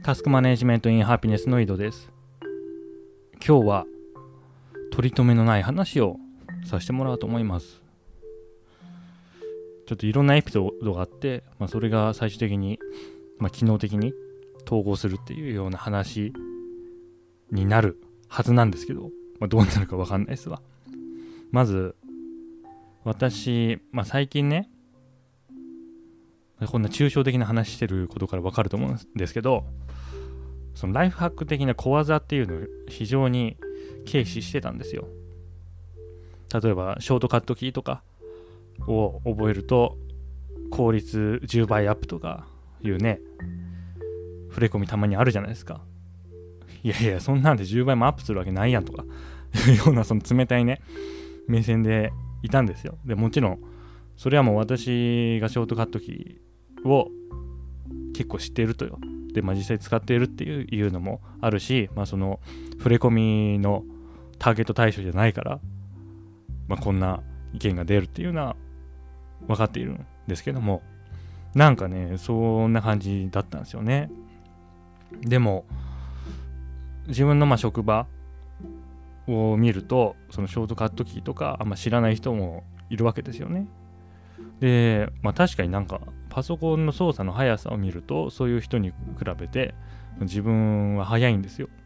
タスクマネジメントインハピネスの井戸です。今日は取り留めのない話をさせてもらおうと思います。ちょっといろんなエピソードがあって、それが最終的に、機能的に統合するっていうような話になるはずなんですけど、どうなるか分かんないですわ。まず私、最近ね、こんな抽象的な話してることから分かると思うんですけど、そのライフハック的な小技っていうのを非常に軽視してたんですよ。例えばショートカットキーとかを覚えると効率10倍アップとかいうね、触れ込みたまにあるじゃないですか。いやそんなんで10倍もアップするわけないやんとかいうような、その冷たいね目線でいたんですよ。でもちろんそれはもう私がショートカットキーを結構知っているとよ。で、実際使っているっていうのもあるし、その触れ込みのターゲット対象じゃないから、こんな意見が出るっていうのは分かっているんですけども、なんかね、そんな感じだったんですよね。でも自分の職場を見ると、そのショートカットキーとかあんま知らない人もいるわけですよね。で、確かになんかパソコンの操作の速さを見ると、そういう人に比べて自分は速いんですよ。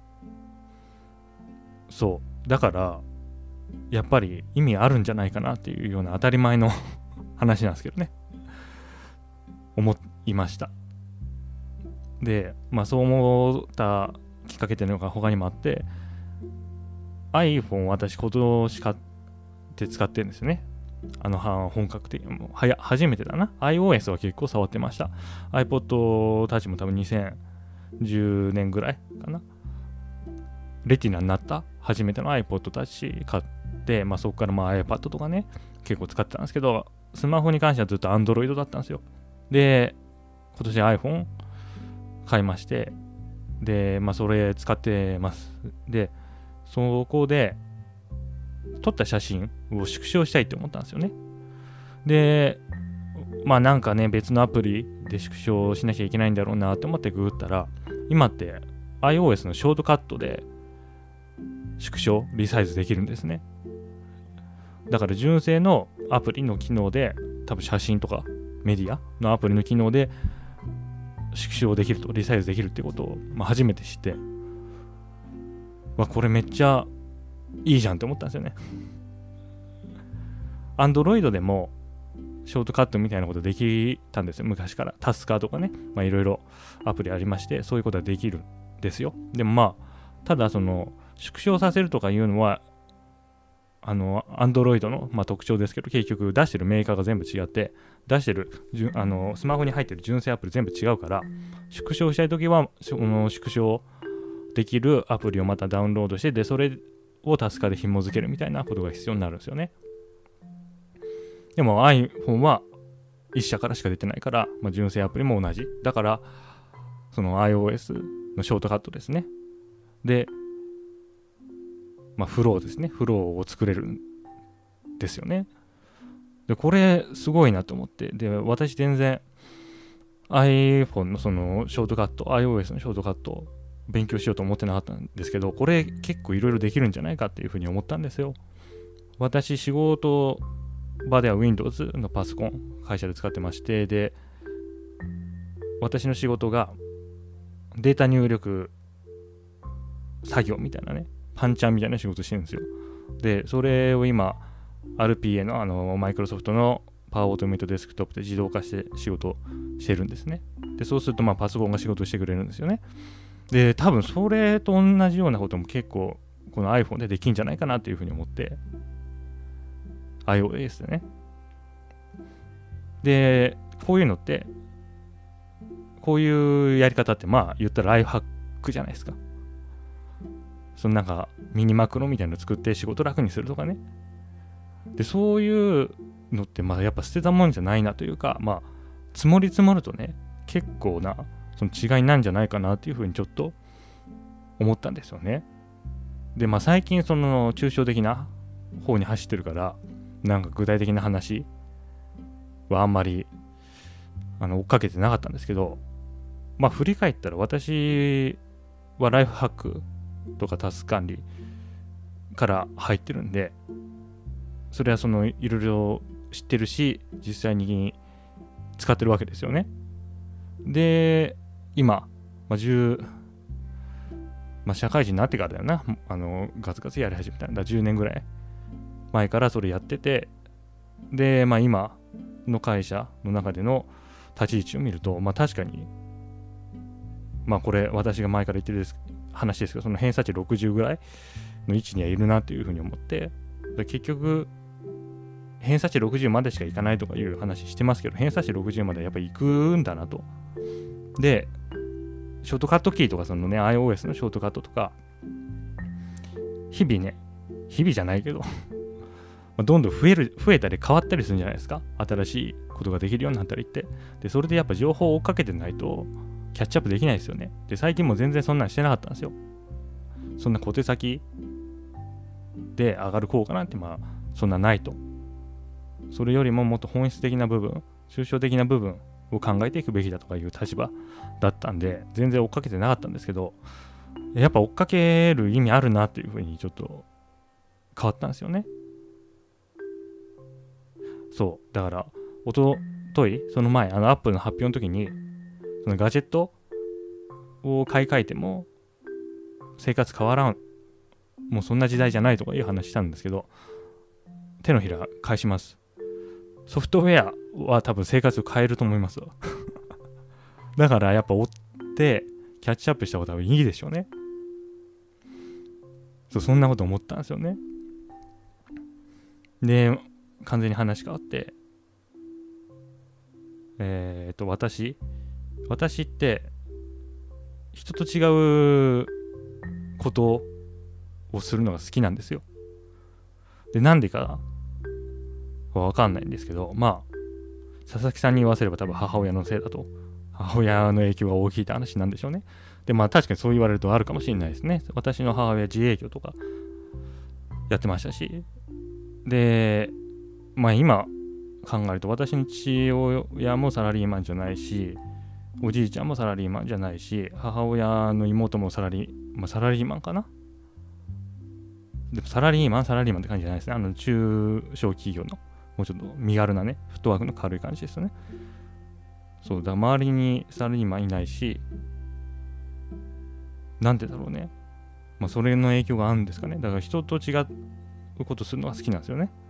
そうだからやっぱり意味あるんじゃないかなっていうような当たり前の話なんですけどね、思いました。で、そう思ったきっかけっていうのが他にもあって、 iPhone を私今年買って使ってるんですよね。本格的に初めてだな。 iOS は結構触ってました。 iPod Touch も多分2010年ぐらいかな、レティナになった初めての iPod Touch 買って、そこから iPad とかね結構使ってたんですけど、スマホに関してはずっと Android だったんですよ。で、今年 iPhone 買いまして、で、それ使ってます。で、そこで撮った写真を縮小したいって思ったんですよね。で、なんかね、別のアプリで縮小しなきゃいけないんだろうなって思ってググったら、今って iOS のショートカットで縮小リサイズできるんですね。だから純正のアプリの機能で、多分写真とかメディアのアプリの機能で縮小できると、リサイズできるってことを、初めて知って、これめっちゃいいじゃんって思ったんですよね。Android でもショートカットみたいなことできたんですよ、昔から。タスカーとかね、いろいろアプリありまして、そういうことはできるんですよ。でもただその縮小させるとかいうのはAndroid の、特徴ですけど、結局出してるメーカーが全部違って、出してるスマホに入ってる純正アプリ全部違うから、縮小したいときはその縮小できるアプリをまたダウンロードして、でそれをタスカで紐付けるみたいなことが必要になるんですよね。でも iPhone は1社からしか出てないから、純正アプリも同じだから、その iOS のショートカットですね。で、フローですね。フローを作れるんですよね。で、これすごいなと思って、で、私全然 iPhone のそのショートカット、iOS のショートカットを勉強しようと思ってなかったんですけど、これ結構いろいろできるんじゃないかっていうふうに思ったんですよ。私、仕事場では Windows のパソコン、会社で使ってまして、で、私の仕事がデータ入力作業みたいなね、パンチャーみたいな仕事してるんですよ。で、それを今 RPA のマイクロソフトのパワーオートメイトデスクトップで自動化して仕事してるんですね。で、そうするとパソコンが仕事してくれるんですよね。で、多分それと同じようなことも結構この iPhone でできるんじゃないかなっていうふうに思って、 iOS でね。で、こういうのって、こういうやり方って言ったらライフハックじゃないですか。そのなんかミニマクロみたいなの作って仕事楽にするとかね。で、そういうのってやっぱ捨てたもんじゃないなというか、積もり積もるとね、結構なその違いなんじゃないかなっていうふうにちょっと思ったんですよね。で、最近その抽象的な方に走ってるから、なんか具体的な話はあんまり追っかけてなかったんですけど、 まあ振り返ったら私はライフハックとかタスク管理から入ってるんで、それはそのいろいろ知ってるし実際に使ってるわけですよね。で今、社会人になってからだよな、ガツガツやり始めたんだ。10年ぐらい前からそれやってて、で今の会社の中での立ち位置を見ると、確かにこれ私が前から言ってる話ですけど、その偏差値60ぐらいの位置にはいるなっていうふうに思って、結局偏差値60までしかいかないとかいう話してますけど、偏差値60までやっぱり行くんだなと。でショートカットキーとか、そのね iOS のショートカットとか日々じゃないけどどんどん増えたり変わったりするんじゃないですか。新しいことができるようになったりって。でそれでやっぱ情報を追っかけてないとキャッチアップできないですよね。で最近も全然そんなんしてなかったんですよ。そんな小手先で上がる効果なんてそんなないと。それよりももっと本質的な部分、抽象的な部分を考えていくべきだとかいう立場だったんで、全然追っかけてなかったんですけど、やっぱ追っかける意味あるなっていうふうにちょっと変わったんですよね。そうだからおととい、その前アップルの発表の時に、そのガジェットを買い替えても生活変わらん、もうそんな時代じゃないとかいう話したんですけど、手のひら返します。ソフトウェアは多分生活を変えると思いますわだからやっぱ追ってキャッチアップした方が多分いいでしょうね。そんなこと思ったんですよね。で完全に話変わって、私って人と違うことをするのが好きなんですよ。でなんでかわかんないんですけど、佐々木さんに言わせれば多分母親のせいだと。母親の影響が大きいって話なんでしょうね。で確かにそう言われるとあるかもしれないですね。私の母親自営業とかやってましたし、で今考えると私の父親もサラリーマンじゃないし、おじいちゃんもサラリーマンじゃないし、母親の妹もサラリーマンかな。でもサラリーマンって感じじゃないですね。中小企業のもうちょっと身軽なね、フットワークの軽い感じですよね。そうだ、周りにサラリーマンいないし、なんてだろうね。それの影響があるんですかね。だから人と違うことするのが好きなんですよね。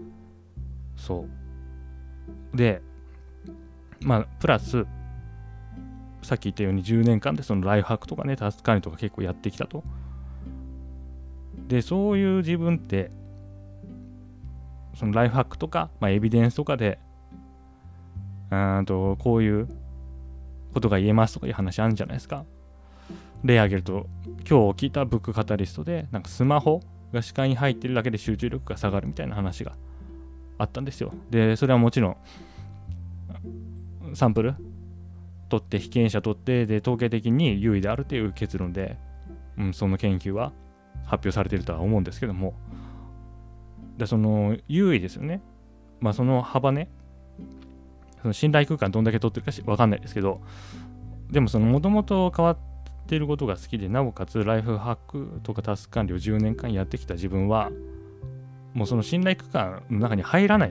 そうでプラスさっき言ったように10年間でそのライフハックとかね、タスク管理とか結構やってきたと。でそういう自分ってそのライフハックとか、エビデンスとかでこういうことが言えますとかいう話あるんじゃないですか。例挙げると、今日聞いたブックカタリストでスマホが視界に入ってるだけで集中力が下がるみたいな話があったんですよ。でそれはもちろんサンプル取って被験者取ってで統計的に優位であるという結論で、その研究は発表されているとは思うんですけども、でその優位ですよね。その幅ね、その信頼空間どんだけ取ってるか分かんないですけど、でもそのもともと変わっていることが好きで、なおかつライフハックとかタスク管理を10年間やってきた自分は、もうその信頼空間の中に入らない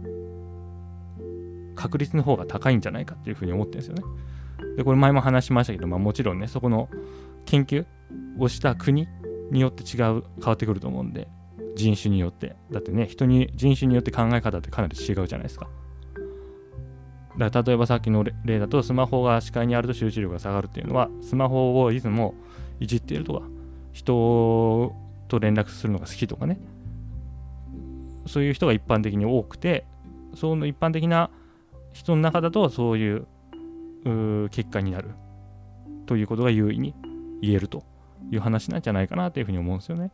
確率の方が高いんじゃないかっていうふうに思ってるんですよね。でこれ前も話しましたけど、もちろんね、そこの研究をした国によって変わってくると思うんで、人種によって。だってね、人種によって考え方ってかなり違うじゃないですか。だから例えばさっきの例だと、スマホが視界にあると集中力が下がるっていうのは、スマホをいつもいじっているとか、人と連絡するのが好きとかね、そういう人が一般的に多くて、その一般的な人の中だとそういう結果になるということが優位に言えるという話なんじゃないかなというふうに思うんですよね。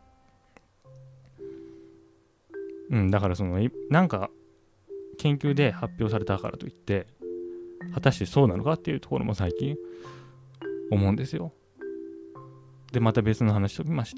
だからそのなんか研究で発表されたからといって果たしてそうなのかっていうところも最近思うんですよ。でまた別の話ときまして、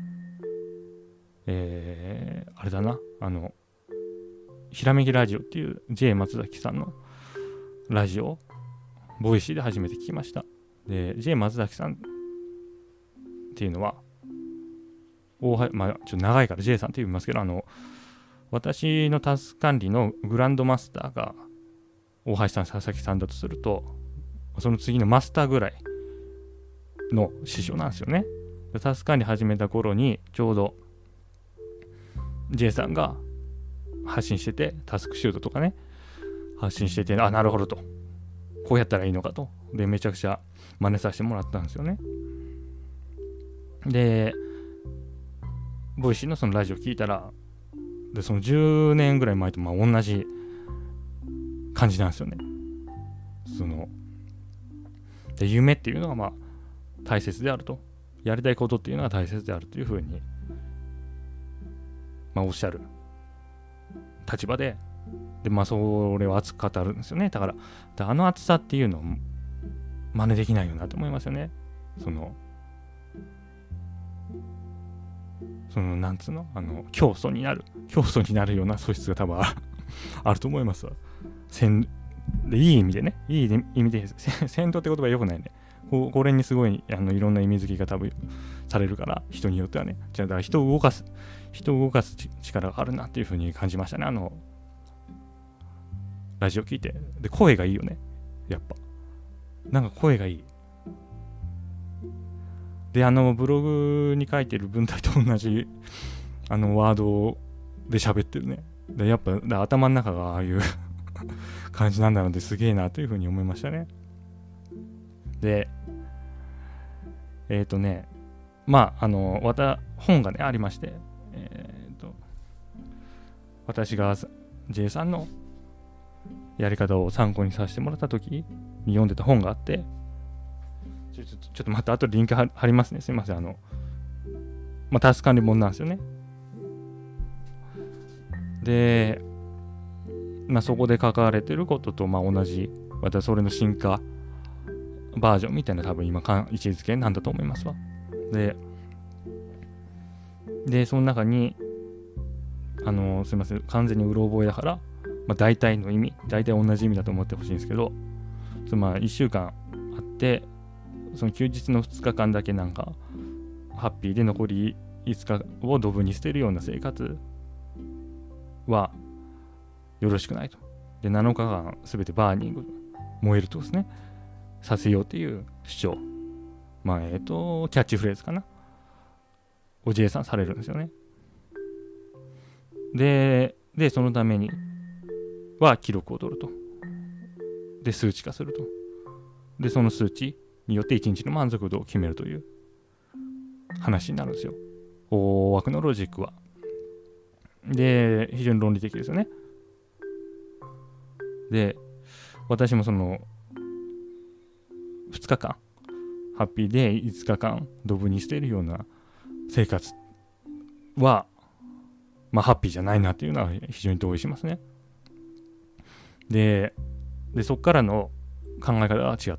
あれだな、ひらめきラジオっていう J 松崎さんのラジオボイシーで初めて聞きました。 で J 松崎さんっていうのはまあちょっと長いから J さんって言いますけど、私のタスク管理のグランドマスターが大橋さん、佐々木さんだとすると、その次のマスターぐらいの師匠なんですよね。タスク管理始めた頃にちょうど J さんが発信してて、タスクシュートとかね発信してて、なるほどと、こうやったらいいのかと、でめちゃくちゃ真似させてもらったんですよね。でボイシーのそのラジオ聞いたら、でその10年ぐらい前と同じ感じなんですよね。で夢っていうのが大切であると、やりたいことっていうのが大切であるというふうにおっしゃる立場で、それを熱く語るんですよね。だからあの熱さっていうのを真似できないよなと思いますよね。なんつうの、競争になるような素質が多分あると思いますわ。いい意味でね、いい意味で戦闘って言葉は良くないね。これにすごいいろんな意味付けが多分されるから、人によってはね。じゃあ人を動かす力があるなっていう風に感じましたね。ラジオ聞いて。で声がいいよね。やっぱなんか声がいい。でブログに書いてる文体と同じワードで喋ってるね。でやっぱ頭の中がああいう感じなんだのですげえなというふうに思いましたね。で本がねありまして、私が J さんのやり方を参考にさせてもらった時に読んでた本があって、ちょっとまた後でリンク貼りますね。すいません。タスク管理本なんですよね。でそこで書かれてることと同じ、またそれの進化バージョンみたいな多分今位置づけなんだと思いますわ。でその中にすいません、完全にうろ覚えだから、大体同じ意味だと思ってほしいんですけど、1週間あって、その休日の2日間だけなんかハッピーで残り5日をドブに捨てるような生活はよろしくないと。で7日間すべてバーニング、燃えるとですねさせようっていう主張、キャッチフレーズかなを J さんされるんですよね。でそのためには記録を取ると、で数値化すると、でその数値によって1日の満足度を決めるという話になるんですよ、大枠のロジックは。で非常に論理的ですよね。で私もその2日間ハッピーで5日間ドブに捨てるような生活はハッピーじゃないなっていうのは非常に同意しますね。でそこからの考え方は違って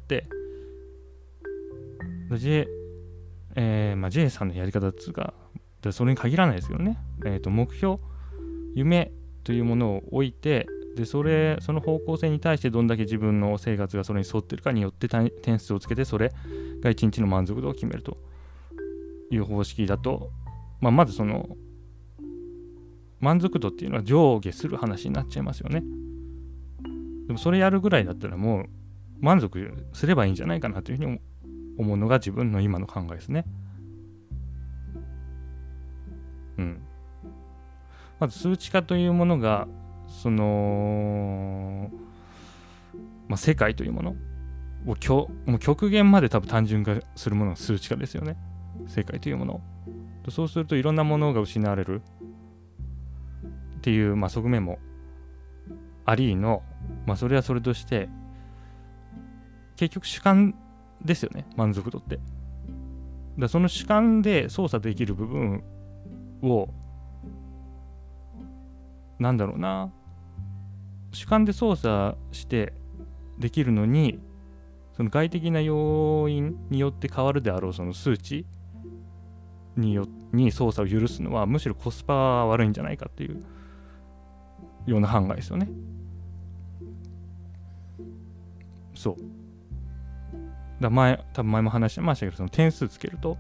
、J さんのやり方っていうか、それに限らないですけどね、目標夢というものを置いて、でその方向性に対してどんだけ自分の生活がそれに沿ってるかによって点数をつけて、それが1日の満足度を決めるという方式だと、まずその満足度っていうのは上下する話になっちゃいますよね。でもそれやるぐらいだったらもう満足すればいいんじゃないかなというふうに思うのが自分の今の考えですね。まず数値化というものがその、世界というものをもう極限まで多分単純化するものが数値化ですよね。世界というものを。そうするといろんなものが失われるっていう、側面もありの、それはそれとして結局主観ですよね、満足度って。その主観で操作できる部分を主観で操作してできるのに、その外的な要因によって変わるであろうその数値に操作を許すのはむしろコスパは悪いんじゃないかっていうような考えですよね。そう多分前も話してましたけど、その点数つけると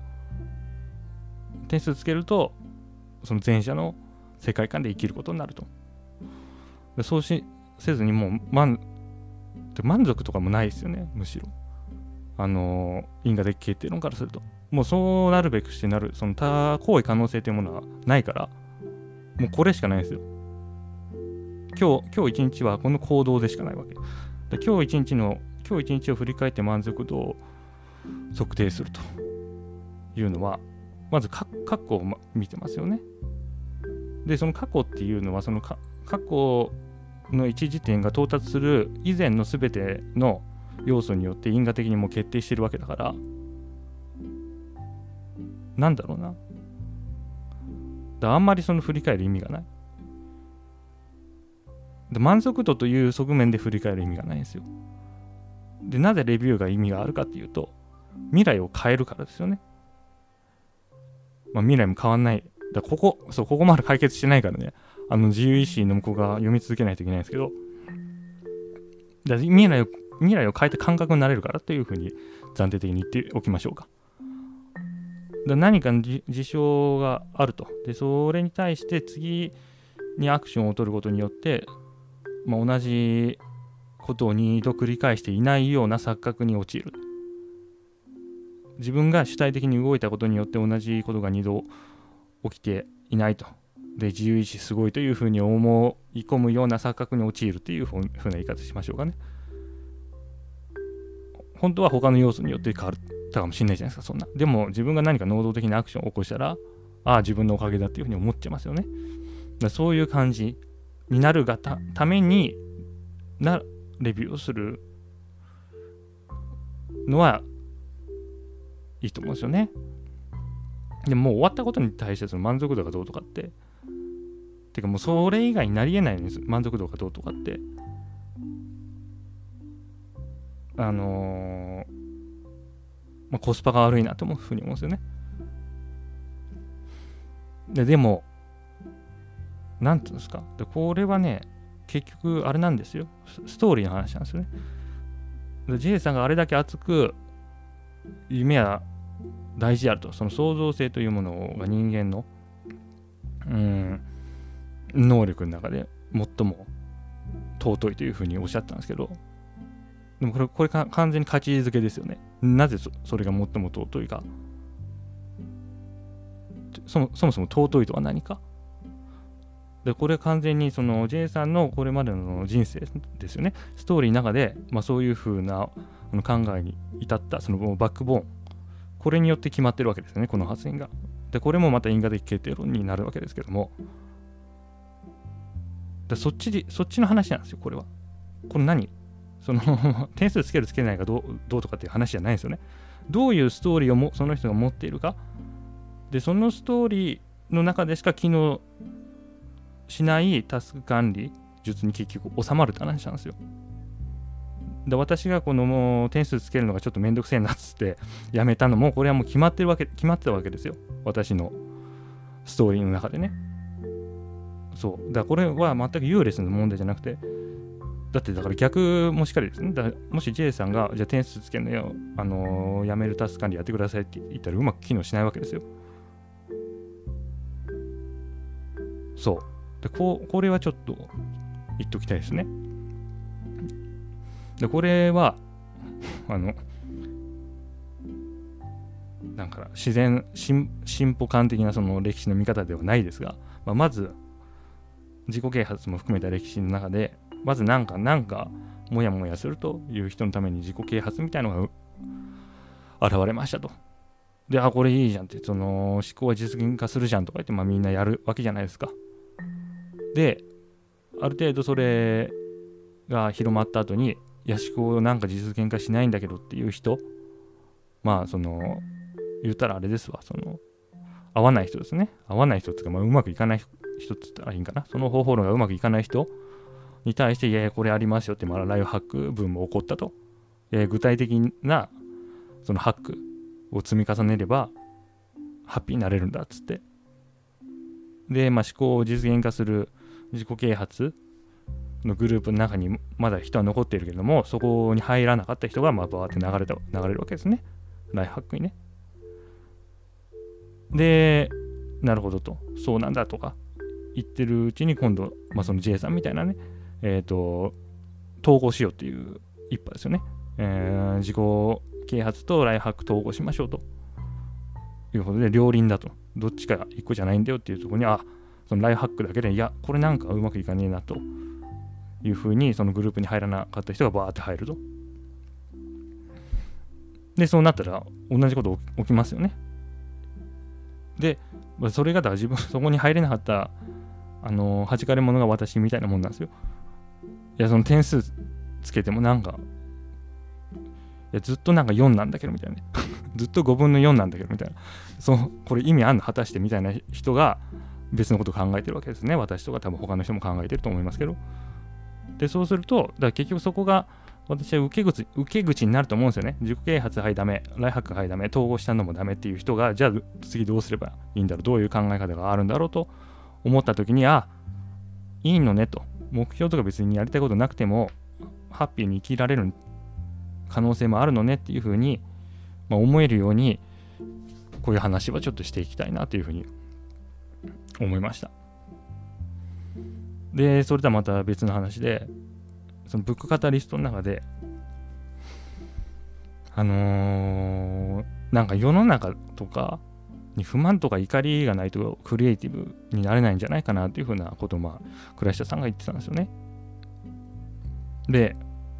その前者の世界観で生きることになると。でそうせずにもう満足とかもないですよね。むしろ因果的形っていうのからすると、もうそうなるべくしてなる、その多行為可能性というものはないから、もうこれしかないんですよ。今日一日はこの行動でしかないわけで、今日一日を振り返って満足度を測定するというのは、まず過去を見てますよね。でその過去っていうのは、その過去の一時点が到達する以前の全ての要素によって因果的にもう決定してるわけだから、なんだろうな、あんまりその振り返る意味がない。で満足度という側面で振り返る意味がないんですよ。でなぜレビューが意味があるかっていうと、未来を変えるからですよね。未来も変わんない。ここまで解決してないからね、自由意志の向こうが読み続けないといけないんですけど、未来を変えて感覚になれるからというふうに暫定的に言っておきましょうか。何かの事象があると。でそれに対して次にアクションを取ることによって、同じことを2度繰り返していないような錯覚に陥る。自分が主体的に動いたことによって同じことが2度起きていないと。で自由意志すごいというふうに思い込むような錯覚に陥るというふうな言い方しましょうかね。本当は他の要素によって変わったかもしれないじゃないですか、そんな。でも自分が何か能動的なアクションを起こしたら、自分のおかげだっていうふうに思っちゃいますよね。そういう感じになるがためにレビューをするのはいいと思うんですよね。でもう終わったことに対してその満足度がどうとかってか、もうそれ以外になり得ないんです。満足度がどうとかってコスパが悪いなと思うふうに思うんですよね。でもなんていうんですか、でこれはね、結局あれなんですよ、ストーリーの話なんですよね。で J さんがあれだけ熱く夢は大事であると、その創造性というものが人間の能力の中で最も尊いというふうにおっしゃったんですけど、でもこれ完全に価値づけですよね。なぜそれが最も尊いか、そもそも尊いとは何か。でこれ完全にその J さんのこれまでの人生ですよね。ストーリーの中で、そういうふうな考えに至ったそのバックボーン、これによって決まってるわけですよね、この発言が。でこれもまた因果的決定論になるわけですけども、そっちの話なんですよ、これは。これその点数つけるつけないがどうとかっていう話じゃないんですよね。どういうストーリーをその人が持っているか。でそのストーリーの中でしか機能しないタスク管理術に結局収まるって話なんですよ。で私がこの点数つけるのがちょっとめんどくせえなっつってやめたのも、これはもう決まってたわけですよ、私のストーリーの中でね。そうだからこれは全く優劣の問題じゃなくて、だから逆もしかりですね。もし J さんがじゃあ点数つけるのよ、やめるタスク管理やってくださいって言ったらうまく機能しないわけですよ。そうでこれはちょっと言っときたいですね。でこれはなんか自然進歩観的なその歴史の見方ではないですが、まず自己啓発も含めた歴史の中で、まずなんかモヤモヤするという人のために自己啓発みたいなのが現れましたと。でこれいいじゃんって、その思考は実現化するじゃんとか言ってみんなやるわけじゃないですか。である程度それが広まった後に、思考をなんか実現化しないんだけどっていう人、言ったらあれですわ、合わない人ですね。合わない人っていうか、うまくいかない人って言ったらいいんかな。その方法論がうまくいかない人に対して、いやこれありますよってライフハック分も起こったと。具体的なそのハックを積み重ねればハッピーになれるんだっつって。で、思考を実現化する自己啓発のグループの中にまだ人は残っているけれども、そこに入らなかった人がバーって流れるわけですね、ライフハックにね。で、なるほどと、そうなんだとか言ってるうちに、今度、その J さんみたいなね、統合しようっていう一派ですよね。自己啓発とライフハック統合しましょうということで、両輪だと、どっちか一個じゃないんだよっていうところに、そのライフハックだけで、いやこれなんかうまくいかねえなというふうに、そのグループに入らなかった人がバーって入ると。で、そうなったら同じこと起きますよね。で、それがだから自分そこに入れなかった弾かれ者が私みたいなもんなんですよ。いや、その点数つけてもなんか、いやずっとなんか4なんだけどみたいなねずっと5分の4なんだけどみたいな、これ意味あんの果たしてみたいな人が別のことを考えてるわけですね。私とか多分他の人も考えてると思いますけど。で、そうすると、だから結局そこが私は受け口になると思うんですよね。自己啓発はいダメ、ライフハックはいダメ、統合したのもダメっていう人が、じゃあ次どうすればいいんだろう、どういう考え方があるんだろうと思った時に、いいのねと、目標とか別にやりたいことなくてもハッピーに生きられる可能性もあるのねっていうふうに、思えるように、こういう話はちょっとしていきたいなというふうに思いました。で、それとはまた別の話で、そのブックカタリストの中で、なんか世の中とかに不満とか怒りがないとクリエイティブになれないんじゃないかなっていうふうなことを倉下さんが言ってたんですよね。で、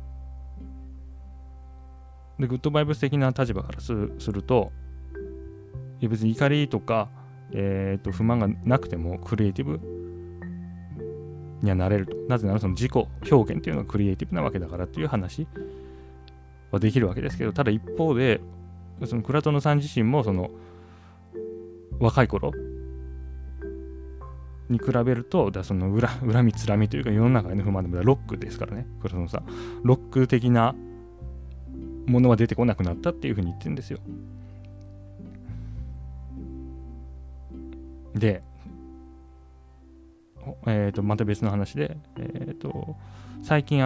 グッドバイブス的な立場からすると、いや別に怒りとか、不満がなくてもクリエイティブにはなれると。なぜならその自己表現っていうのがクリエイティブなわけだからっていう話はできるわけですけど、ただ一方で、そのクラトノさん自身もその若い頃に比べると、その恨みつらみというか世の中の不満でもロックですからね、クラトノさん。ロック的なものは出てこなくなったっていうふうに言ってるんですよ。で、また別の話で、最近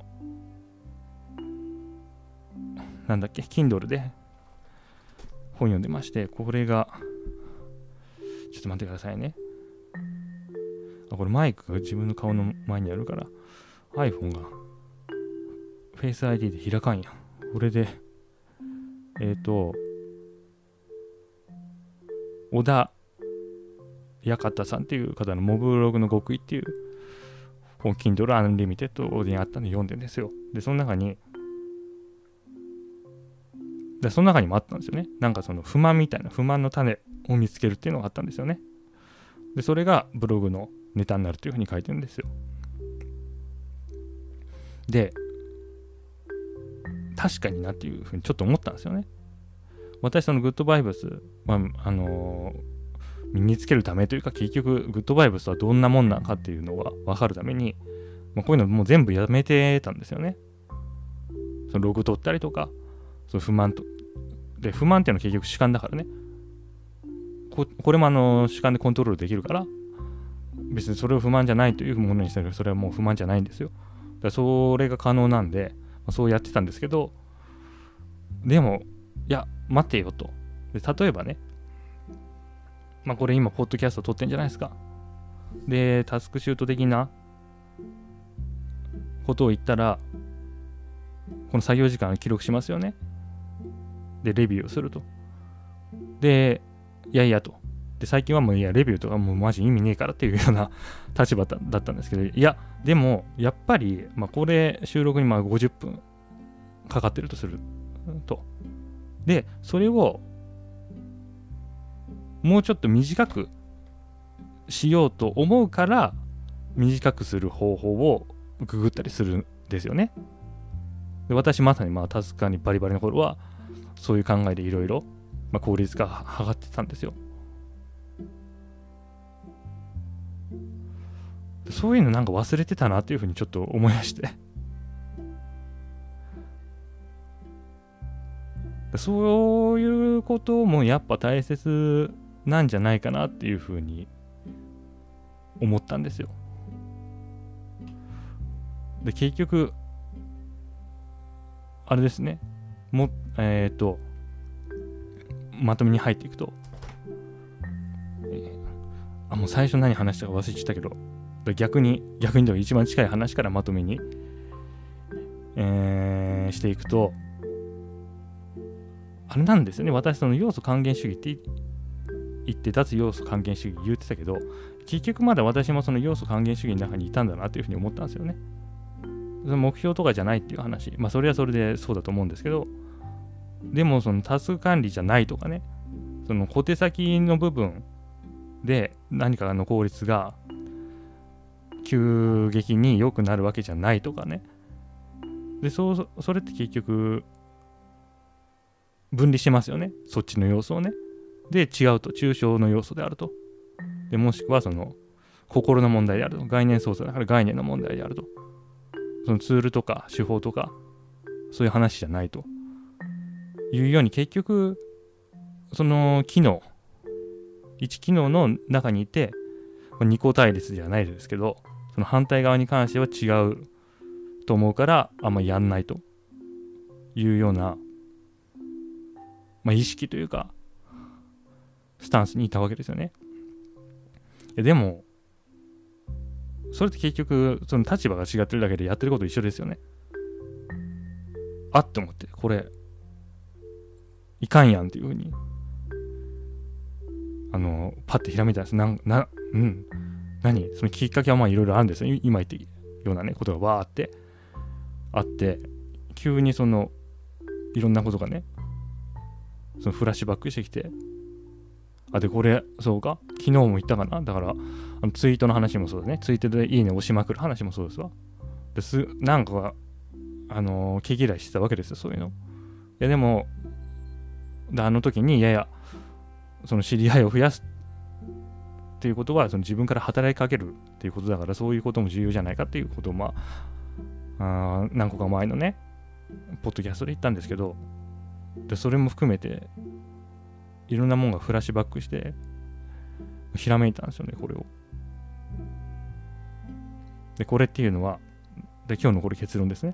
なんだっけ、Kindle で本読んでまして、これが、ちょっと待ってくださいね。これマイクが自分の顔の前にあるから、iPhone が Face ID で開かんやん。これで、小田館さんっていう方のモブログの極意っていう本 Kindle Unlimited にあったんで読んでるんですよ。で、その中にもあったんですよね。なんかその不満みたいな、不満の種を見つけるっていうのがあったんですよね。で、それがブログのネタになるというふうに書いてるんですよ。で、確かになっていうふうにちょっと思ったんですよね。私そのグッドバイブス、身につけるためというか、結局グッドバイブスはどんなもんなのかっていうのが分かるために、こういうのもう全部やめてたんですよね。そのログ取ったりとか、その不満で、不満っていうのは結局主観だからね。これも主観でコントロールできるから、別にそれを不満じゃないというものにしたら、それはもう不満じゃないんですよ。だからそれが可能なんで、そうやってたんですけど、でも、いや、待てよと。で、例えばね、これ今、ポッドキャスト撮ってんじゃないですか。で、タスクシュート的なことを言ったら、この作業時間を記録しますよね。で、レビューをすると。で、いやいやと。で、最近はもう、いや、レビューとかもうマジ意味ねえからっていうような立場だったんですけど、いや、でも、やっぱり、これ、収録に50分かかってるとすると。で、それを、もうちょっと短くしようと思うから、短くする方法をググったりするんですよね。で、私まさにタスクにバリバリの頃は、そういう考えでいろいろ効率化図ってたんですよ。そういうのなんか忘れてたなっていうふうにちょっと思いましてそういうこともやっぱ大切なんじゃないかなっていうふうに思ったんですよ。 で結局あれですね、もまとめに入っていくと、もう最初何話したか忘れちゃったけど、逆にでも一番近い話からまとめに、していくと、あれなんですよね。私その要素還元主義って言って脱要素還元主義言ってたけど、結局まだ私もその要素還元主義の中にいたんだなというふうに思ったんですよね。その目標とかじゃないっていう話、まあそれはそれでそうだと思うんですけど、でもそのタスク管理じゃないとかね、その小手先の部分で何かの効率が急激に良くなるわけじゃないとかね。でそれって結局分離してますよね、そっちの要素をね。で違うと、抽象の要素であると。でもしくはその心の問題であると、概念操作だから概念の問題であると。そのツールとか手法とかそういう話じゃないというように、結局その機能1機能の中にいて二項対立じゃないですけど、その反対側に関しては違うと思うからあんまやんないというような、まあ、意識というかスタンスにいたわけですよね。でもそれって結局その立場が違ってるだけでやってること一緒ですよね。あって思って、これいかんやんっていうふうにパッてひらめいたんです。何そのきっかけはまあいろいろあるんですよ。今言ったようなねことがわーってあって、急にそのいろんなことがね、そのフラッシュバックしてきて、でこれそうか、昨日も言ったかな。だからツイートの話もそうだね。ツイートでいいね押しまくる話もそうですわ。なんか毛嫌いしてたわけですよ、そういうの。いやでも時にその知り合いを増やすっていうことはその自分から働きかけるっていうことだから、そういうことも重要じゃないかっていうことを何個か前のねポッドキャストで言ったんですけど、でそれも含めていろんなもんがフラッシュバックしてひらめいたんですよね、これを。でこれっていうのは今日のこれ結論ですね。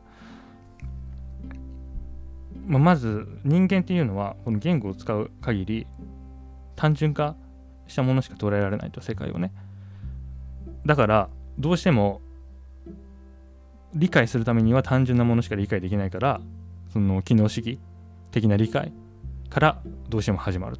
まず人間っていうのはこの言語を使う限り単純化したものしか捉えられないと、世界をね。だからどうしても理解するためには単純なものしか理解できないから、その機能主義的な理解からどうしても始まると。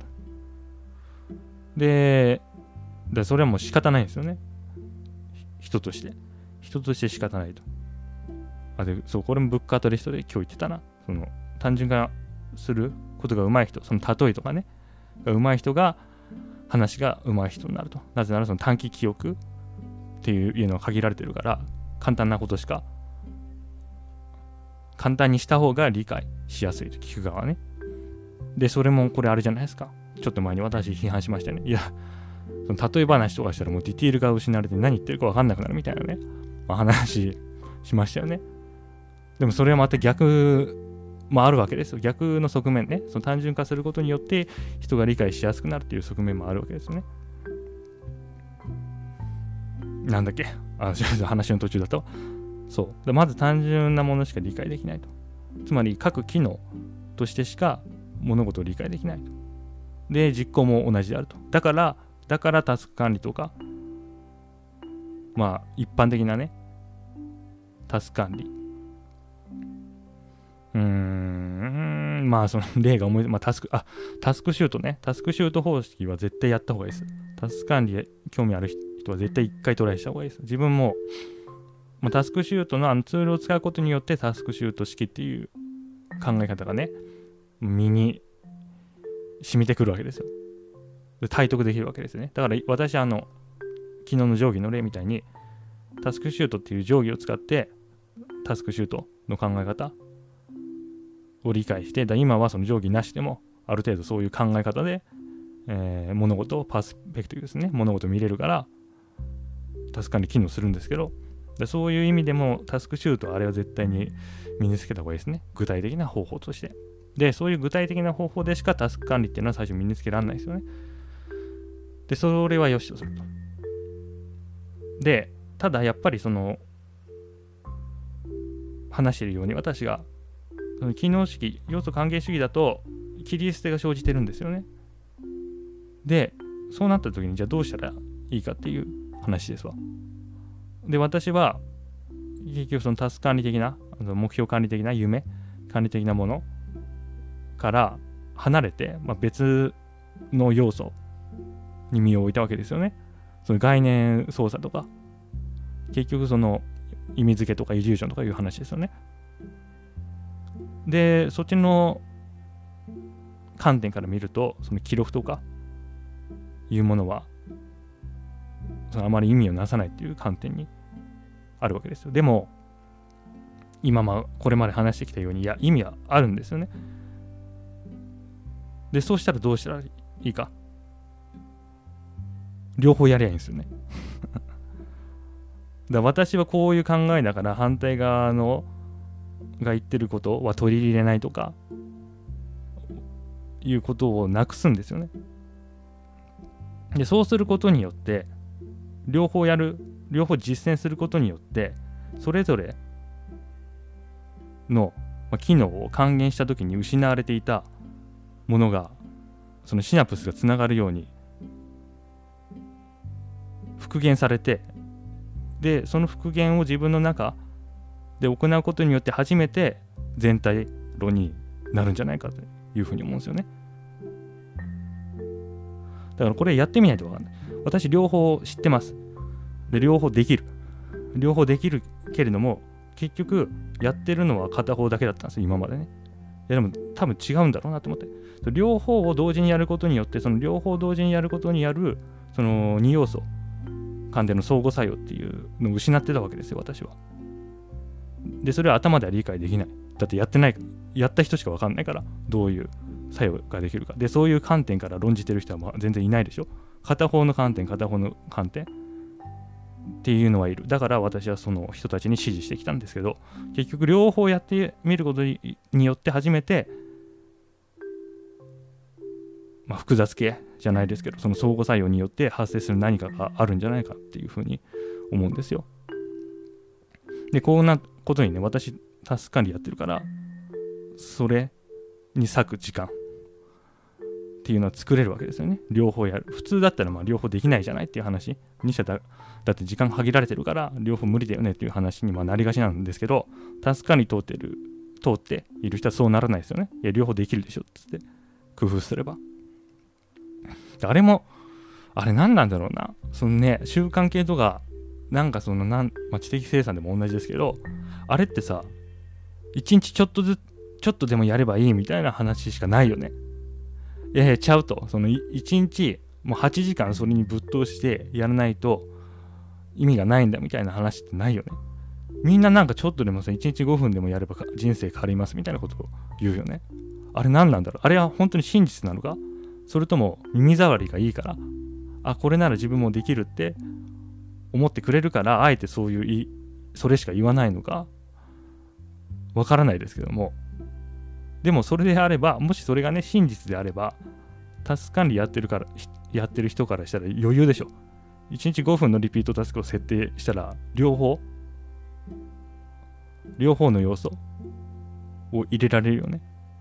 でそれはもう仕方ないんですよね、人として仕方ないと。そう、これもブックアトリストで今日言ってたな。その単純化することが上手い人、その例えとかねが上手い人が話が上手い人になると。なぜならその短期記憶っていうのは限られてるから、簡単なことしか簡単にした方が理解しやすいと、聞く側はね。でそれもこれあれじゃないですか、ちょっと前に私批判しましたよね。いやその例え話とかしたらもうディティールが失われて何言ってるか分かんなくなるみたいなね、話しましたよね。でもそれはまた逆もあるわけですよ。逆の側面ね、その単純化することによって人が理解しやすくなるっていう側面もあるわけですよね。なんだっけ、話の途中だと、そうでまず単純なものしか理解できないと。つまり各機能としてしか物事を理解できないと。で実行も同じであると。だからタスク管理とか一般的なねタスク管理、その例が思い、タスクシュートね。タスクシュート方式は絶対やった方がいいです。タスク管理へ興味ある人は絶対一回トライした方がいいです。自分も、タスクシュートのツールを使うことによってタスクシュート式っていう考え方がね身に染みてくるわけですよ。で体得できるわけですね。だから私昨日の定規の例みたいにタスクシュートっていう定規を使ってタスクシュートの考え方を理解して、今はその定規なしでもある程度そういう考え方で、物事をパースペクティブですね、物事を見れるからタスク管理機能するんですけど、そういう意味でもタスクシュートあれは絶対に身につけた方がいいですね、具体的な方法として。でそういう具体的な方法でしかタスク管理っていうのは最初身につけられないですよね。でそれは良しとすると。でただやっぱりその話しているように、私がその機能主義、要素還元主義だと切り捨てが生じてるんですよね。で、そうなった時にじゃあどうしたらいいかっていう話ですわ。で、私は結局そのタスク管理的な、目標管理的な、夢管理的なものから離れて、別の要素に身を置いたわけですよね。その概念操作とか、結局その意味付けとかイリュージョンとかいう話ですよね。で、そっちの観点から見ると、その記録とかいうものはそのあまり意味をなさないっていう観点にあるわけですよ。でも今これまで話してきたように、いや意味はあるんですよね。で、そうしたらどうしたらいいか、両方やりゃいいんですよね。だから私はこういう考えだから反対側のが言ってることは取り入れないとかいうことをなくすんですよね。で、そうすることによって両方実践することによって、それぞれの機能を還元した時に失われていたものが、そのシナプスがつながるように復元されて、でその復元を自分の中で行うことによって初めて全体論になるんじゃないかというふうに思うんですよね。だからこれやってみないと分かんない。私両方知ってます。で、両方できるけれども、結局やってるのは片方だけだったんですよ、今までね。いやでも多分違うんだろうなと思って、両方を同時にやることによって、その両方同時にやることにやるその2要素間での相互作用っていうのを失ってたわけですよ、私は。で、それは頭では理解できない。だってやった人しか分かんないから、どういう作用ができるか。で、そういう観点から論じてる人は全然いないでしょ。片方の観点っていうのはいる。だから私はその人たちに指示してきたんですけど、結局両方やってみることによって初めて、複雑系じゃないですけど、その相互作用によって発生する何かがあるんじゃないかっていうふうに思うんですよ。で、こんなことにね、私タスク管理やってるから、それに割く時間っていうのは作れるわけですよね。両方やる。普通だったら両方できないじゃないっていう話にしたら、だって時間限られてるから両方無理だよねっていう話になりがちなんですけど、タスク管理通っている人はそうならないですよね。いや、両方できるでしょって工夫すれば。あれ何なんだろうな。そのね、習慣系とか、なんかその知的生産でも同じですけど、あれってさ、一日ちょっとでもやればいいみたいな話しかないよね。いやちゃうと。その一日もう8時間それにぶっ通してやらないと意味がないんだみたいな話ってないよね。みんななんかちょっとでもさ、1日5分でもやれば人生変わりますみたいなことを言うよね。あれ何なんだろう。あれは本当に真実なのか、それとも耳障りがいいから、これなら自分もできるって思ってくれるから、あえてそれしか言わないのかわからないですけども、でもそれであれば、もしそれがね真実であれば、タスク管理やってる人からしたら余裕でしょ。1日5分のリピートタスクを設定したら、両方の要素を入れられるよね。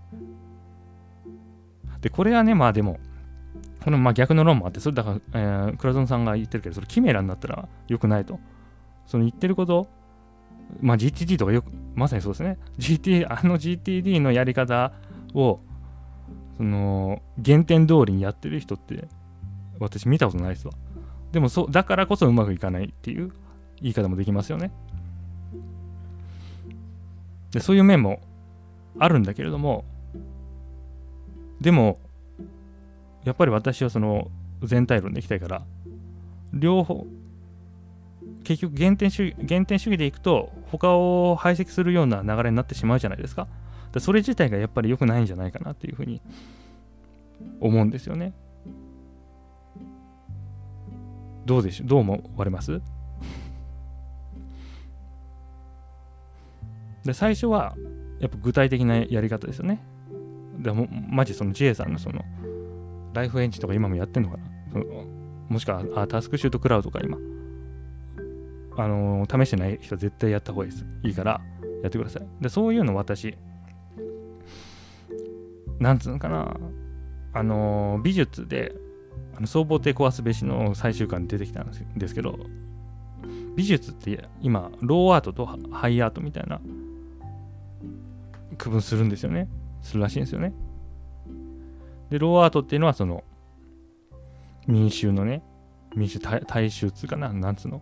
で、これはね、でもこの逆の論もあって、それだから、倉園さんが言ってるけど、それキメラになったら良くないと。その言ってること、GTD とかまさにそうですね。GTD のやり方をその原点通りにやってる人って私見たことないですわ。でもだからこそうまくいかないっていう言い方もできますよね。で、そういう面もあるんだけれども、でもやっぱり私はその全体論でいきたいから、両方結局原点主義でいくと他を排斥するような流れになってしまうじゃないですか。それ自体がやっぱり良くないんじゃないかなっていうふうに思うんですよね。どう思われますで、最初はやっぱ具体的なやり方ですよね。でもマジその J さんのそのライフエンジンとか今もやってんのかな、もしくはタスクシュートクラウドとか今試してない人は絶対やった方がいいから、 やってください。で、そういうの私、なんつうのかな、美術で、総合帝壊すべしの最終巻に出てきたんですけど、美術って今、ローアートとハイアートみたいな区分するんですよね。するらしいんですよね。で、ローアートっていうのはその、民衆のね、大衆っつうかな、なんつうの。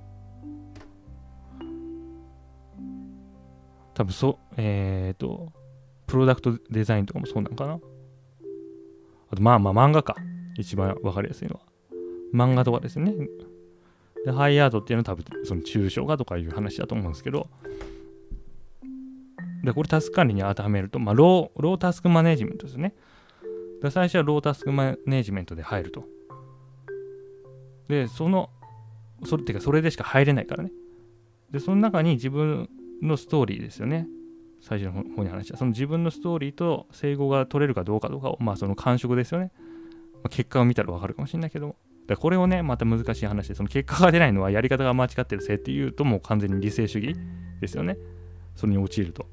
多分プロダクトデザインとかもそうなのかな。あと、漫画か。一番わかりやすいのは。漫画とかですよね。で、ハイアートっていうのは多分、その抽象画とかいう話だと思うんですけど、で、これタスク管理に当てはめると、ロータスクマネジメントですね。で、最初はロータスクマネジメントで入ると。で、それでしか入れないからね。で、その中に自分のストーリーですよね。最初の方に話した。その自分のストーリーと整合が取れるかどうかを、その感触ですよね。結果を見たらわかるかもしれないけど、これをね、また難しい話で、その結果が出ないのはやり方が間違ってるせいっていうと、もう完全に理性主義ですよね。それに陥ると。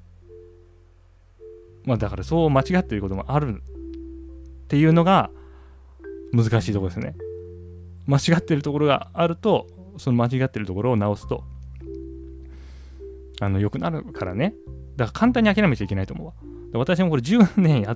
だからそう間違っていることもあるっていうのが難しいところですね。間違っているところがあると、その間違っているところを直すと、良くなるからね。だから簡単に諦めちゃいけないと思うわ。私もこれ10年やって、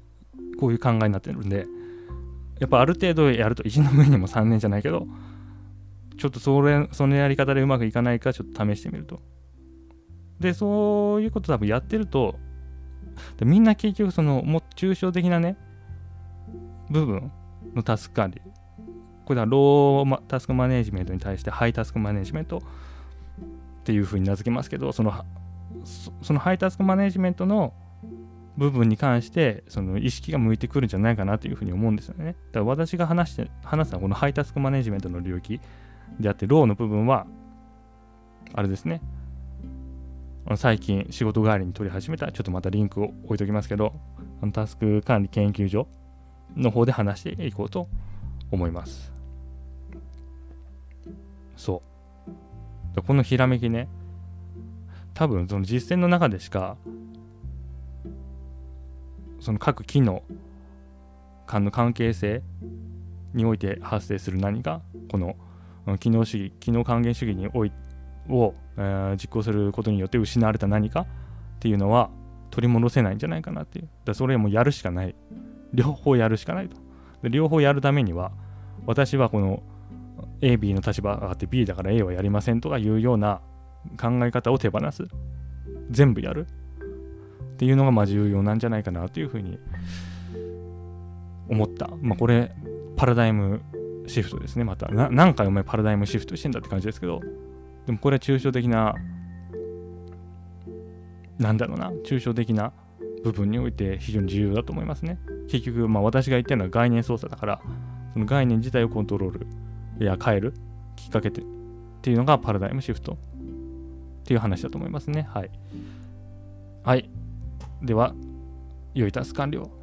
こういう考えになってるんで、やっぱある程度やると、1年目にも3年じゃないけど、ちょっとそのやり方でうまくいかないか、ちょっと試してみると。で、そういうこと多分やってると、みんな結局もう抽象的なね、部分のタスク管理。これはロータスクマネジメントに対してハイタスクマネジメントっていう風に名付けますけど、そのハイタスクマネジメントの部分に関してその意識が向いてくるんじゃないかなというふうに思うんですよね。だから私が話すのはこのハイタスクマネジメントの領域であって、ローの部分はあれですね。最近仕事帰りに取り始めた、ちょっとまたリンクを置いときますけど、タスク管理研究所の方で話していこうと思います。そう。このひらめきね、多分その実践の中でしか、その各機能間の関係性において発生する何か、この機能還元主義を実行することによって失われた何かっていうのは取り戻せないんじゃないかなっていう。それはもうやるしかない。両方やるしかないと。で、両方やるためには、私はこの A、B の立場があって B だから A はやりませんとかいうような考え方を手放す。全部やるっていうのが重要なんじゃないかなというふうに思った。これパラダイムシフトですね。また何回お前パラダイムシフトしてんだって感じですけど、でもこれは抽象的な部分において非常に重要だと思いますね。結局私が言ってるのは概念操作だから、その概念自体をコントロールや変えるきっかけっていうのがパラダイムシフトっていう話だと思いますね。はい。はい。では、良いタスク完了。